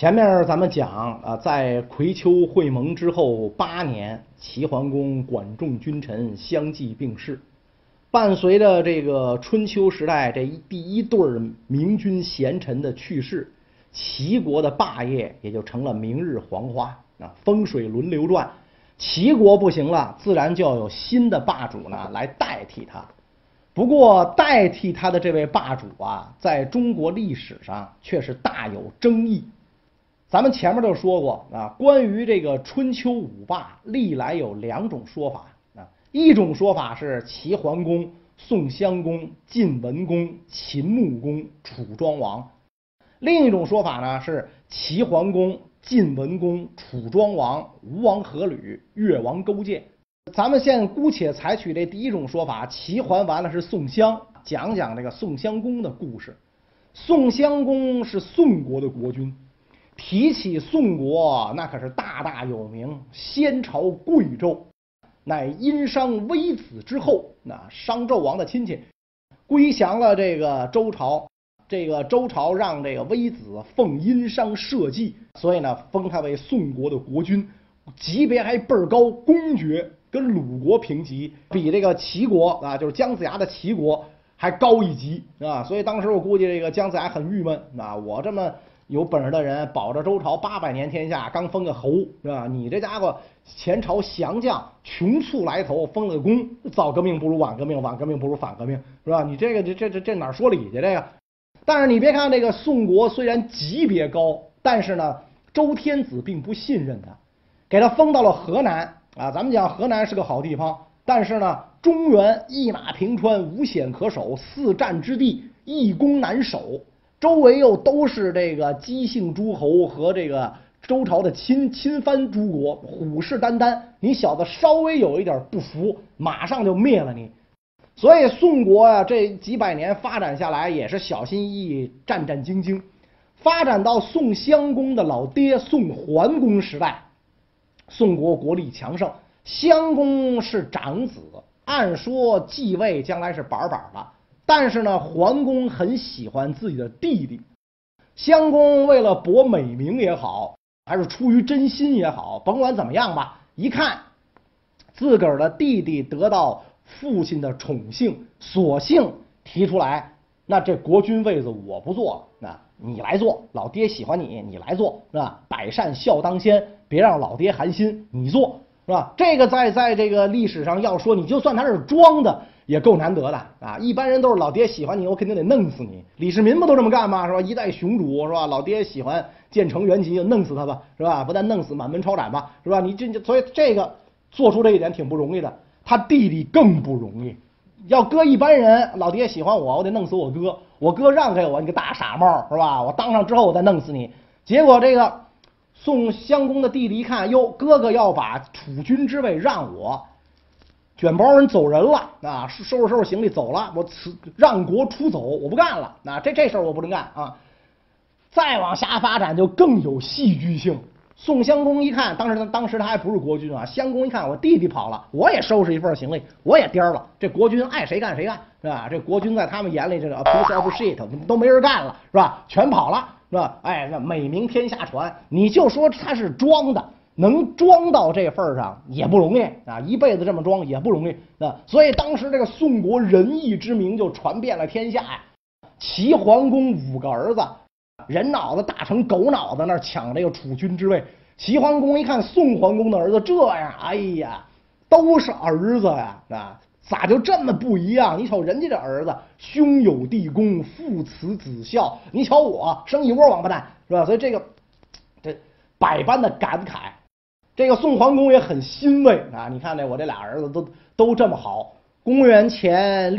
前面咱们讲啊，在葵丘会盟之后8年，齐桓公管仲君臣相继病逝。伴随着这个春秋时代第一对明君贤臣的去世，齐国的霸业也就成了明日黄花啊，风水轮流转。齐国不行了，自然就要有新的霸主呢来代替他。不过，代替他的这位霸主啊，在中国历史上却是大有争议。咱们前面就说过啊，关于这个春秋五霸，历来有2种说法啊。一种说法是齐桓公、宋襄公、晋文公、秦穆公、楚庄王；另一种说法呢是齐桓公、晋文公、楚庄王、吴王阖闾、越王勾践。咱们先姑且采取这第一种说法，齐桓完了是宋襄，讲讲这个宋襄公的故事。宋襄公是宋国的国君。提起宋国，那可是大大有名，先朝贵胄，乃殷商微子之后，那商纣王的亲戚，归降了这个周朝。这个周朝让这个微子奉殷商社稷，所以呢封他为宋国的国君，级别还倍儿高，公爵跟鲁国平级，比这个齐国啊，就是姜子牙的齐国还高一级啊。所以当时我估计这个姜子牙很郁闷啊，我这么有本事的人，保着周朝800年天下，刚封个侯是吧？你这家伙前朝降将，穷促来头，封了个公，早革命不如晚革命，晚革命不如反革命，是吧？你这个这哪说理去这个？但是你别看这个宋国虽然级别高，但是呢，周天子并不信任他，给他封到了河南啊。咱们讲河南是个好地方，但是呢，中原一马平川，无险可守，4战之地，易攻难守。周围又都是这个姬姓诸侯和这个周朝的亲藩诸国，虎视眈眈，你小子稍微有一点不服，马上就灭了你。所以宋国啊，这几百年发展下来，也是小心翼翼、战战兢兢。发展到宋襄公的老爹宋桓公时代，宋国国力强盛，襄公是长子，按说继位将来是板板的。但是呢，桓公很喜欢自己的弟弟。襄公为了博美名也好，还是出于真心也好，甭管怎么样吧，一看自个儿的弟弟得到父亲的宠幸，索性提出来，那这国君位子我不做了，那你来做，老爹喜欢你，你来做，是吧？百善孝当先，别让老爹寒心，你做，是吧？这个在这个历史上要说，你就算他是装的，也够难得的啊！一般人都是老爹喜欢你，我肯定得弄死你。李世民不都这么干吗？是吧？一代雄主是吧？老爹喜欢建成元吉，就弄死他吧，是吧？不但弄死，满门抄斩吧，是吧？你所以这个做出这一点挺不容易的，他弟弟更不容易。要搁一般人，老爹喜欢我，我得弄死我哥，我哥让给我，你个大傻帽，是吧？我当上之后我再弄死你。结果这个宋襄公的弟弟一看，哟，哥哥要把储君之位让我。卷包人走人了啊，收拾行李走了，我让国出走，我不干了啊，这事儿我不能干啊。再往下发展就更有戏剧性。宋襄公一看，当时他还不是国君啊，襄公一看我弟弟跑了，我也收拾一份行李，我也颠了。这国君爱谁干谁干，是吧？这国君在他们眼里这个 piece of shit 都没人干了，是吧？全跑了，是吧？哎，那美名天下传，你就说他是装的。能装到这份上也不容易啊，一辈子这么装也不容易啊。所以当时这个宋国仁义之名就传遍了天下呀。齐桓公5个儿子，人脑子打成狗脑子，那抢这个储君之位。齐桓公一看宋桓公的儿子这样，哎呀，都是儿子呀啊，咋就这么不一样？你瞅人家这儿子，兄友弟恭，父慈子孝，你瞧我生一窝王八蛋，是吧？所以这百般的感慨。这个宋桓公也很欣慰啊！你看我这俩儿子都这么好。公元前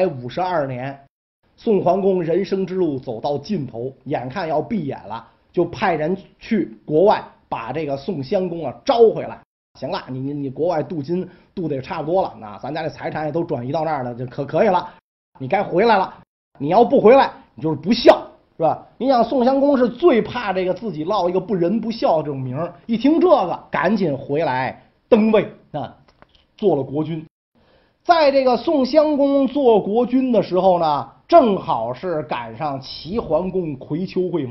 652年，宋桓公人生之路走到尽头，眼看要闭眼了，就派人去国外把这个宋襄公啊招回来。行了，你国外镀金镀的也差不多了，那咱家这财产也都转移到那儿了，就可以了，你该回来了。你要不回来，你就是不孝。是吧？你想宋襄公是最怕这个自己落一个不仁不孝这种名儿，一听这个赶紧回来登位啊，做了国君。在这个宋襄公做国君的时候呢，正好是赶上齐桓公葵丘会盟。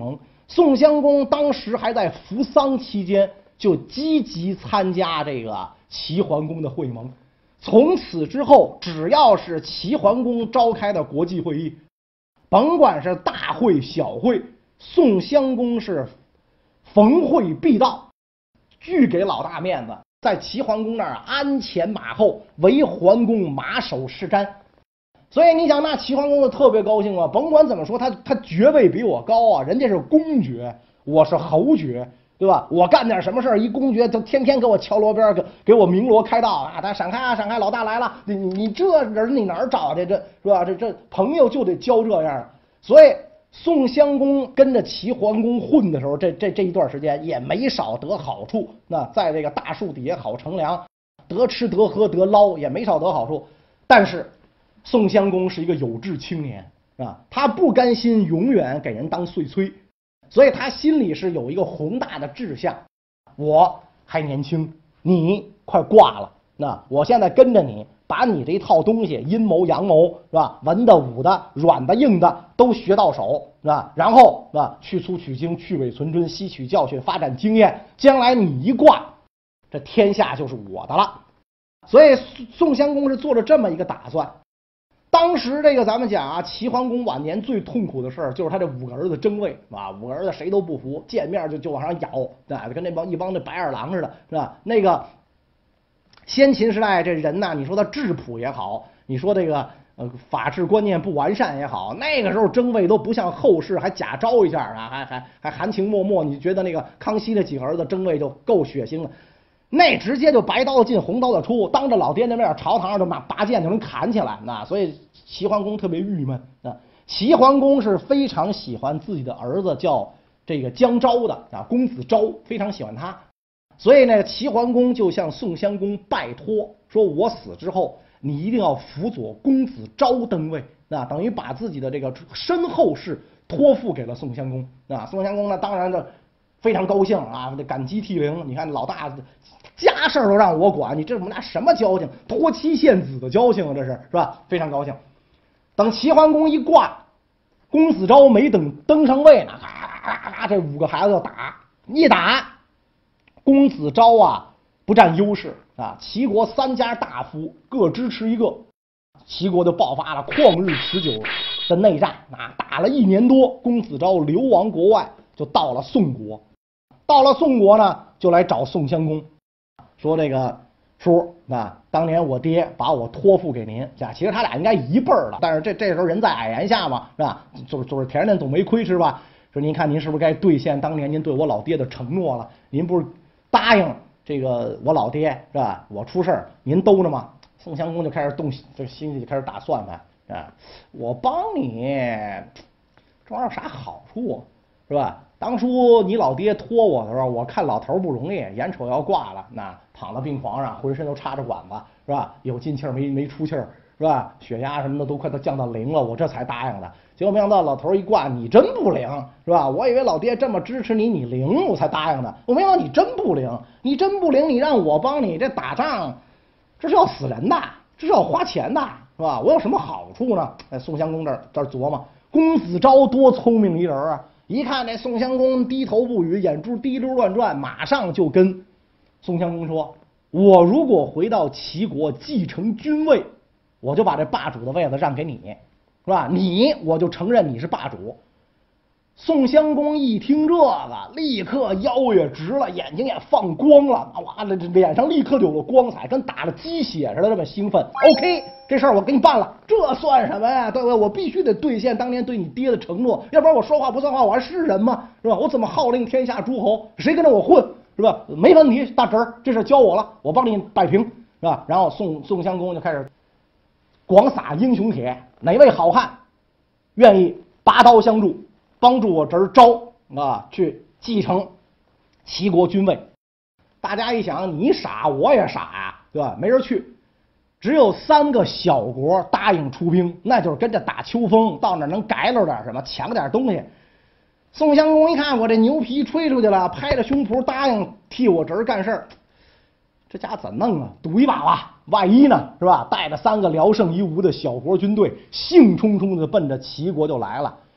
宋襄公当时还在服丧期间，就积极参加这个齐桓公的会盟。从此之后，只要是齐桓公召开的国际会议，甭管是大会小会，宋襄公是逢会必到，巨给老大面子，在齐桓公那儿鞍前马后，为桓公马首是瞻。所以你想，那齐桓公就特别高兴啊！甭管怎么说，他爵位比我高啊，人家是公爵，我是侯爵，对吧？我干点什么事儿，一公爵就天天给我敲锣边，给我鸣锣开道啊！他闪开啊，闪开，老大来了！你这人你哪儿找去？这是吧？这朋友就得交这样。所以宋襄公跟着齐桓公混的时候，这一段时间也没少得好处。那在这个大树底下好乘凉，得吃得喝得捞，也没少得好处。但是宋襄公是一个有志青年啊，他不甘心永远给人当碎催，所以他心里是有一个宏大的志向。我还年轻，你快挂了，那我现在跟着你，把你这一套东西，阴谋阳谋是吧，文的武的软的硬的都学到手是吧？然后是吧，去粗取精，去伪存真，吸取教训，发展经验，将来你一挂，这天下就是我的了。所以宋襄公是做了这么一个打算。当时这个咱们讲啊，齐桓公晚年最痛苦的事儿就是他这5个儿子争位啊，5个儿子谁都不服，见面就往上咬，啊，跟一帮那白眼狼似的，是吧？那个先秦时代这人呐，你说他质朴也好，你说这个法治观念不完善也好，那个时候争位都不像后世还假招一下啊，还含情脉脉。你觉得那个康熙那几个儿子争位就够血腥了？那直接就白刀子进红刀子出，当着老爹的面朝堂上就拔剑就能砍起来，那所以齐桓公特别郁闷啊。齐桓公是非常喜欢自己的儿子叫这个姜昭的啊，公子昭非常喜欢他，所以呢，齐桓公就向宋襄公拜托，说我死之后，你一定要辅佐公子昭登位，那等于把自己的这个身后事托付给了宋襄公啊。宋襄公呢，当然的非常高兴啊，感激涕零。你看老大家事都让我管，你这我们俩什么交情？托妻献子的交情啊，这是吧？非常高兴。等齐桓公一挂，公子昭没等登上位呢，咔，这5个孩子就打，一打，公子昭啊不占优势啊，齐国3家大夫各支持一个，齐国就爆发了旷日持久的内战啊，打了1年多，公子昭流亡国外，就到了宋国。到了宋国呢，就来找宋襄公，说这个叔啊，当年我爹把我托付给您，其实他俩应该一辈儿了，但是这时候人在矮檐下嘛，是吧？就是田人总没亏吃吧？说您看您是不是该兑现当年您对我老爹的承诺了？您不是答应这个我老爹是吧？我出事儿您兜着吗？宋襄公就开始这心里就开始打算盘啊，我帮你这玩意儿有啥好处是吧？当初你老爹托我的时候，我看老头不容易，眼瞅要挂了，那躺在病床上，浑身都插着管子，是吧？有进气儿没出气儿，是吧？血压什么的都快降到0了，我这才答应的。结果没想到老头一挂，你真不灵，是吧？我以为老爹这么支持你，你灵，我才答应的。我没想到你真不灵，你真不灵，你让我帮你这打仗，这是要死人的，这是要花钱的，是吧？我有什么好处呢？宋襄公这儿琢磨，公子昭多聪明一人啊！一看这宋襄公低头不语，眼珠滴溜乱转，马上就跟宋襄公说：“我如果回到齐国继承君位，我就把这霸主的位子让给你，是吧？我就承认你是霸主。”宋襄公一听这个，立刻腰也直了，眼睛也放光了，哇，脸上立刻就有了光彩，跟打了鸡血似的，这么兴奋。OK， 这事儿我给你办了，这算什么呀？对不对？我必须得兑现当年对你爹的承诺，要不然我说话不算话，我还是人吗？是吧？我怎么号令天下诸侯？谁跟着我混？是吧？没问题，大侄儿，这事交我了，我帮你摆平，是吧？然后宋襄公就开始广撒英雄帖，哪位好汉愿意拔刀相助？帮助我侄儿昭啊去继承齐国君位。大家一想，你傻我也傻呀，对吧？没人去，只有3个小国答应出兵，那就是跟着打秋风，到那能改了点什么，抢点东西。宋襄公一看我这牛皮吹出去了，拍着胸脯答应替我侄儿干事儿，这家怎弄啊？赌一把吧，万一呢，是吧？带着3个聊胜于无的小国军队，兴冲冲的奔着齐国就来了。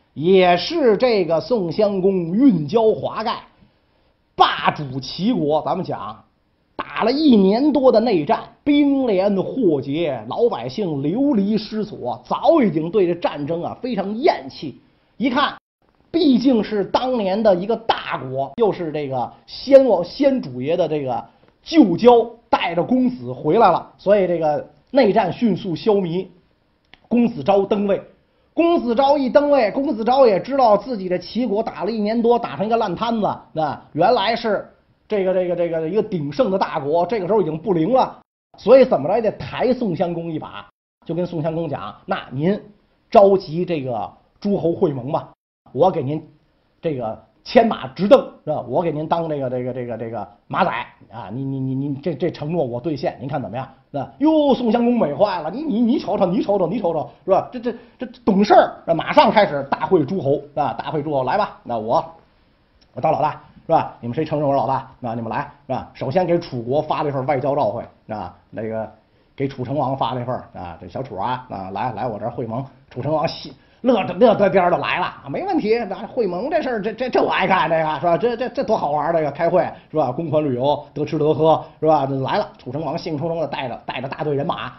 也是这个宋襄公运交华盖，霸主齐国。咱们讲打了1年多的内战，兵连祸结，老百姓流离失所，早已经对这战争啊非常厌弃。一看，毕竟是当年的一个大国，又是这个先主爷的这个旧交，带着公子回来了，所以这个内战迅速消弭。公子昭登位，公子昭一登位，公子昭也知道自己的齐国打了1年多，打成一个烂摊子，那原来是这个一个鼎盛的大国，这个时候已经不灵了，所以怎么着也得抬宋襄公一把，就跟宋襄公讲，那您召集这个诸侯会盟吧，我给您这个牵马直蹬，是吧？我给您当这个马仔啊！你这承诺我兑现，您看怎么样？哟，宋襄公美坏了，你瞅瞅，是吧？这懂事儿，马上开始大会诸侯啊！大会诸侯来吧，那我当老大是吧？你们谁承认我老大？那你们来是吧？首先给楚国发了一份外交照会啊，那个给楚成王发了一份啊，这小楚啊来我这儿会盟，楚成王乐得颠的来了，没问题。会盟这事儿，这我爱干，这个是吧？这多好玩，这个开会是吧？公款旅游，得吃得喝是吧？来了，楚成王兴冲冲的带着大队人马，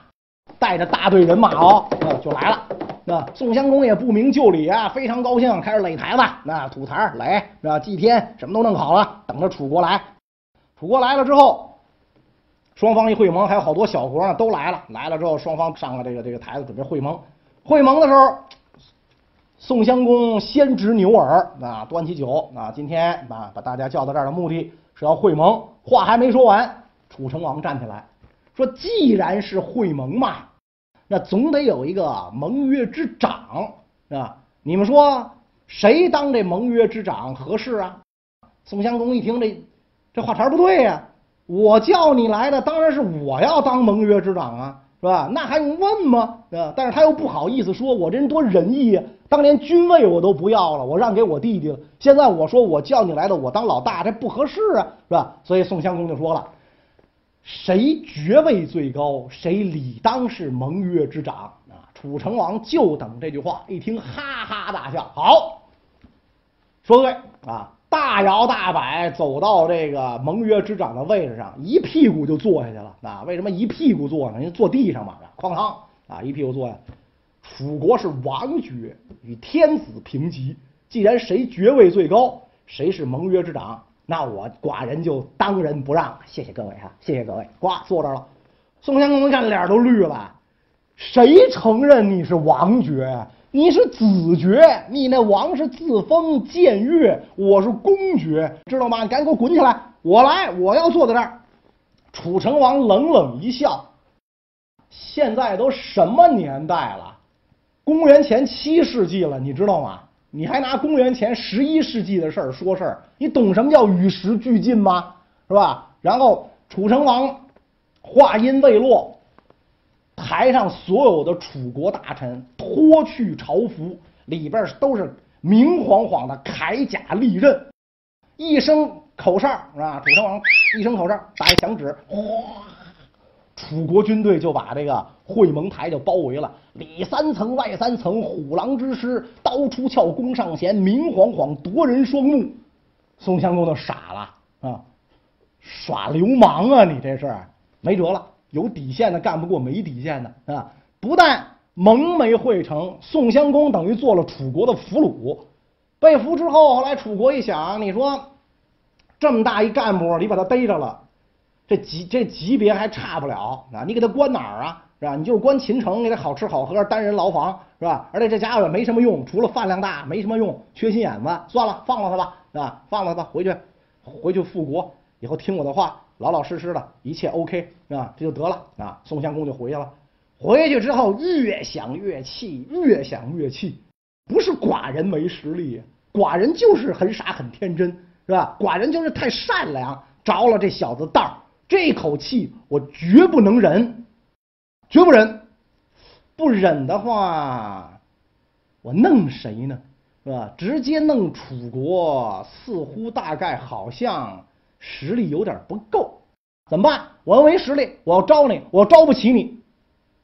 就来了。那宋襄公也不明就里啊，非常高兴，开始垒台子，那土台垒是吧？祭天什么都弄好了，等着楚国来。楚国来了之后，双方一会盟，还有好多小国呢都来了。来了之后，双方上了这个台子准备会盟。会盟的时候，宋襄公先执牛耳啊，端起酒啊，今天啊把大家叫到这儿的目的是要会盟。话还没说完，楚成王站起来说：“既然是会盟嘛，那总得有一个盟约之长啊！你们说谁当这盟约之长合适啊？”宋襄公一听这话茬不对呀，我叫你来的当然是我要当盟约之长啊，是吧？那还用问吗？但是他又不好意思说，我这人多仁义啊！当年君位我都不要了，我让给我弟弟了。现在我说我叫你来的，我当老大，这不合适啊，是吧？所以宋襄公就说了，谁爵位最高，谁理当是盟约之长啊！楚成王就等这句话，一听哈哈大笑，好，说对啊！大摇大摆走到这个盟约之长的位置上，一屁股就坐下去了啊！为什么一屁股坐呢？因为坐地上嘛，哐当啊，一屁股坐下。楚国是王爵，与天子平级。既然谁爵位最高，谁是盟约之长，那我寡人就当仁不让。谢谢各位哈，谢谢各位。呱，坐这儿了。宋襄公一看脸都绿了，谁承认你是王爵呀？你是子爵，你那王是自封僭越，我是公爵，知道吗？你赶紧给我滚起来！我来，我要坐在这儿。楚成王冷冷一笑，现在都什么年代了？公元前7世纪了，你知道吗？你还拿公元前11世纪的事儿说事儿，你懂什么叫与时俱进吗？是吧？然后楚成王话音未落，台上所有的楚国大臣脱去朝服，里边都是明晃晃的铠甲利刃，一声口哨啊，楚成王一声口哨，打一响指，哗，楚国军队就把这个会盟台就包围了，里3层外3层，虎狼之师，刀出鞘，弓上弦，明晃晃，夺人双目。宋襄公就傻了啊，耍流氓啊！你这是没辙了，有底线的干不过没底线的啊！不但盟没会成，宋襄公等于做了楚国的俘虏。被俘之后，后来楚国一想，你说这么大一干部，你把他逮着了，这级别还差不了啊！你给他关哪儿啊？是吧？你就是关秦城，给他好吃好喝，单人牢房是吧？而且这家伙也没什么用，除了饭量大没什么用，缺心眼子。算了，放了他吧，啊，放了他吧，回去复国，以后听我的话，老老实实的，一切 OK 啊，这就得了啊。宋襄公就回去了。回去之后越想越气，不是寡人没实力，寡人就是很傻很天真，是吧？寡人就是太善良，着了这小子道，这口气我绝不能忍，绝不忍。不忍的话，我弄谁呢？是吧？直接弄楚国，似乎大概好像实力有点不够。怎么办？我没实力，我要招你，我招不起你。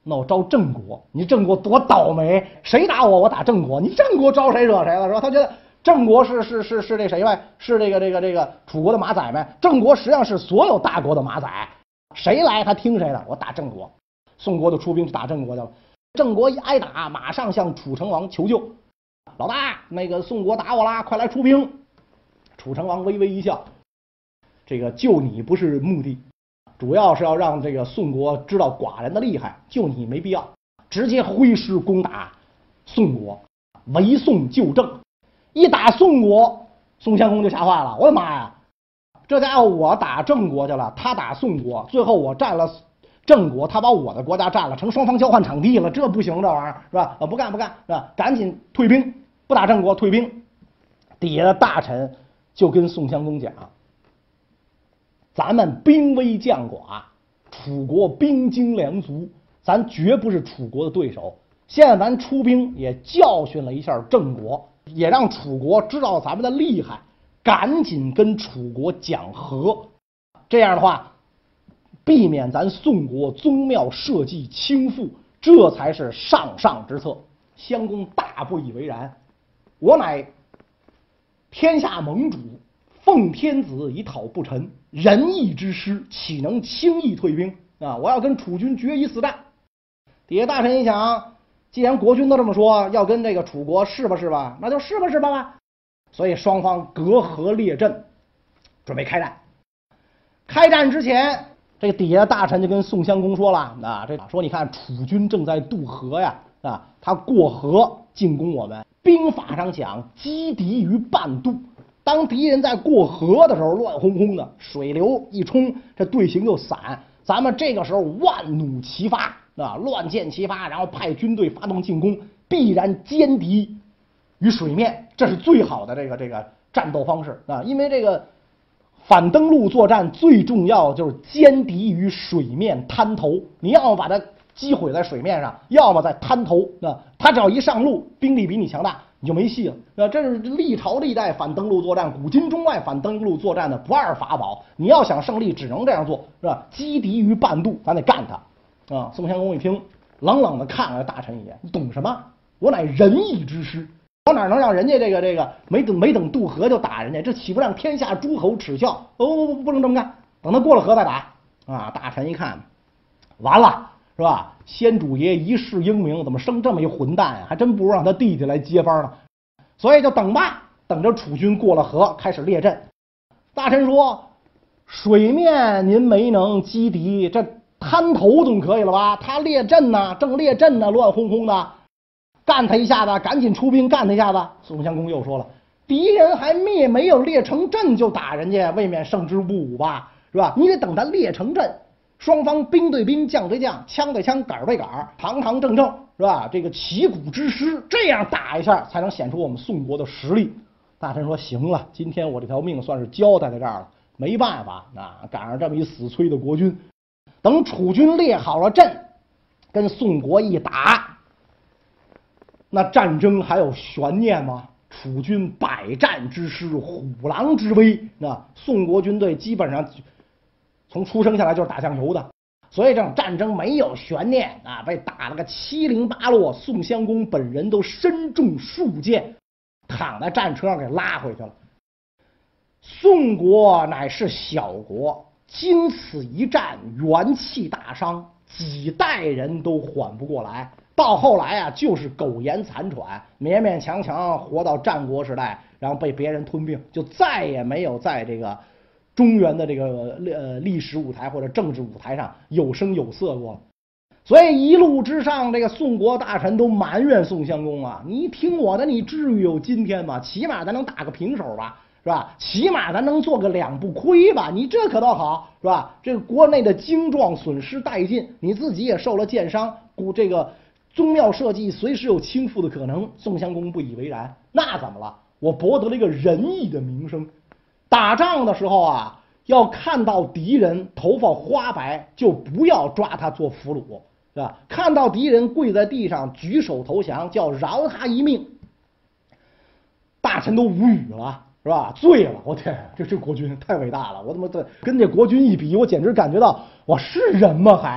那我招郑国，你郑国多倒霉，谁打我，我打郑国，你郑国招谁惹谁了是吧？他觉得郑国是这谁呗？是这个楚国的马仔呗？郑国实际上是所有大国的马仔，谁来他听谁的，我打郑国。宋国就出兵去打郑国去了。郑国一挨打，马上向楚成王求救，老大，那个宋国打我啦，快来出兵。楚成王微微一笑，这个救你不是目的，主要是要让这个宋国知道寡人的厉害，救你没必要，直接挥师攻打宋国，围宋救郑。一打宋国，宋襄公就吓坏了，我的妈呀，这家伙我打郑国去了，他打宋国，最后我占了郑国，他把我的国家占了，成双方交换场地了，这不行，这玩意儿是吧？不干是吧？赶紧退兵，不打郑国，退兵。底下的大臣就跟宋襄公讲，咱们兵微将寡，楚国兵精粮足，咱绝不是楚国的对手。现在咱出兵也教训了一下郑国，也让楚国知道咱们的厉害，赶紧跟楚国讲和。这样的话，避免咱宋国宗庙社稷倾覆，这才是上上之策。襄公大不以为然，我乃天下盟主，奉天子以讨不臣，仁义之师岂能轻易退兵啊？我要跟楚军决一死战。底下大臣一想，既然国君都这么说，要跟这个楚国是吧，那就试吧。所以双方隔河列阵，准备开战。开战之前，这个底下大臣就跟宋襄公说了说你看楚军正在渡河呀，他过河进攻我们。兵法上讲，击敌于半渡。当敌人在过河的时候，乱哄哄的，水流一冲，这队形就散。咱们这个时候万弩齐发，乱箭齐发，然后派军队发动进攻，必然歼敌于水面，这是最好的这个战斗方式啊！因为这个反登陆作战最重要就是歼敌于水面滩头，你要么把它击毁在水面上，要么在滩头他只要一上路，兵力比你强大，你就没戏了这是历朝历代反登陆作战，古今中外反登陆作战的不二法宝。你要想胜利，只能这样做，是吧？击敌于半渡，咱得干他宋襄公一听，冷冷的看了大臣一眼，你懂什么？我乃仁义之师，我哪能让人家这个没等渡河就打人家？这岂不让天下诸侯耻笑？不能这么干，等他过了河再打大臣一看，完了。是吧？先主爷一世英名，怎么生这么一混蛋还真不如让他弟弟来接班呢。所以就等吧，等着楚军过了河开始列阵。大臣说：“水面您没能击敌，这滩头总可以了吧？他列阵呢，正列阵呢，乱哄哄的，干他一下子，赶紧出兵干他一下子。”宋襄公又说了：“敌人还没有列成阵就打人家，未免胜之不武吧？是吧？你得等他列成阵。”双方兵对兵，将对将，枪对枪，杆对杆，堂堂正正，是吧？这个旗鼓之师，这样打一下才能显出我们宋国的实力。大臣说：“行了，今天我这条命算是交代在这儿了，没办法赶上这么一死催的国君。等楚军列好了阵，跟宋国一打，那战争还有悬念吗？楚军百战之师，虎狼之威，宋国军队基本上。”从出生下来就是打酱油的，所以这种战争没有悬念被打了个七零八落。宋襄公本人都身中数箭，躺在战车上给拉回去了。宋国乃是小国，经此一战，元气大伤，几代人都缓不过来。到后来就是苟延残喘，勉勉强强活到战国时代，然后被别人吞并，就再也没有在这个中原的这个历史舞台或者政治舞台上有声有色过了。所以一路之上，这个宋国大臣都埋怨宋襄公你听我的，你至于有今天吗？起码咱能打个平手吧，是吧？起码咱能做个两不亏吧？你这可倒好，是吧？这个国内的精壮损失殆尽，你自己也受了箭伤，这个宗庙社稷随时有倾覆的可能。宋襄公不以为然，那怎么了？我博得了一个仁义的名声。打仗的时候要看到敌人头发花白，就不要抓他做俘虏，是吧？看到敌人跪在地上举手投降，叫饶他一命。大臣都无语了，是吧？醉了，我天，这国君太伟大了！我怎么跟这国君一比，我简直感觉到我是人吗？还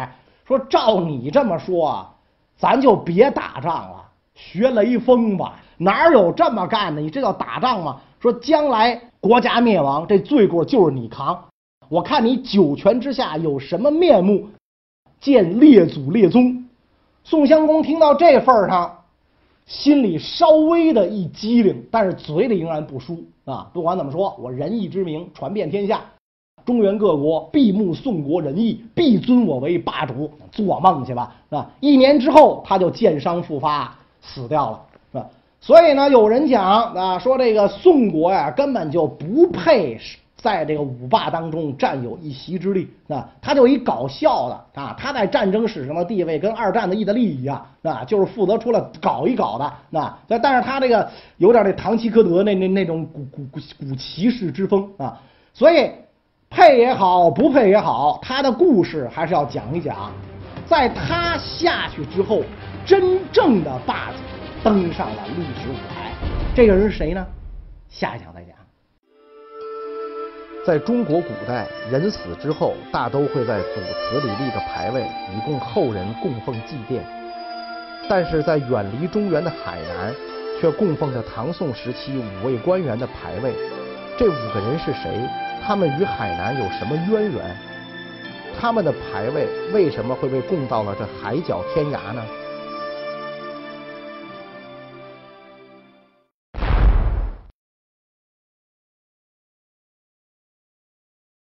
说照你这么说啊，咱就别打仗了，学雷锋吧，哪有这么干的？你这叫打仗吗？说将来国家灭亡，这罪过就是你扛。我看你九泉之下有什么面目，见列祖列宗。宋襄公听到这份上，心里稍微的一激灵，但是嘴里仍然不输啊。不管怎么说，我仁义之名传遍天下，中原各国必慕宋国仁义，必尊我为霸主。做梦去吧，是吧？1年之后，他就箭伤复发，死掉了，是吧？所以呢，有人讲啊，说这个宋国呀，根本就不配在这个五霸当中占有一席之地啊！他就一搞笑的啊，他在战争史上的地位跟2战的意大利一样啊，就是负责出来搞一搞的啊。但是他这个有点这唐吉诃德那种古骑士之风啊，所以配也好，不配也好，他的故事还是要讲一讲。在他下去之后，真正的霸主登上了历史舞台，这个人是谁呢？下一讲再讲。 在中国古代，人死之后大都会在祖祠里立个牌位，以供后人供奉祭奠。但是在远离中原的海南，却供奉着唐宋时期5位官员的牌位。这5个人是谁？他们与海南有什么渊源？他们的牌位为什么会被供到了这海角天涯呢？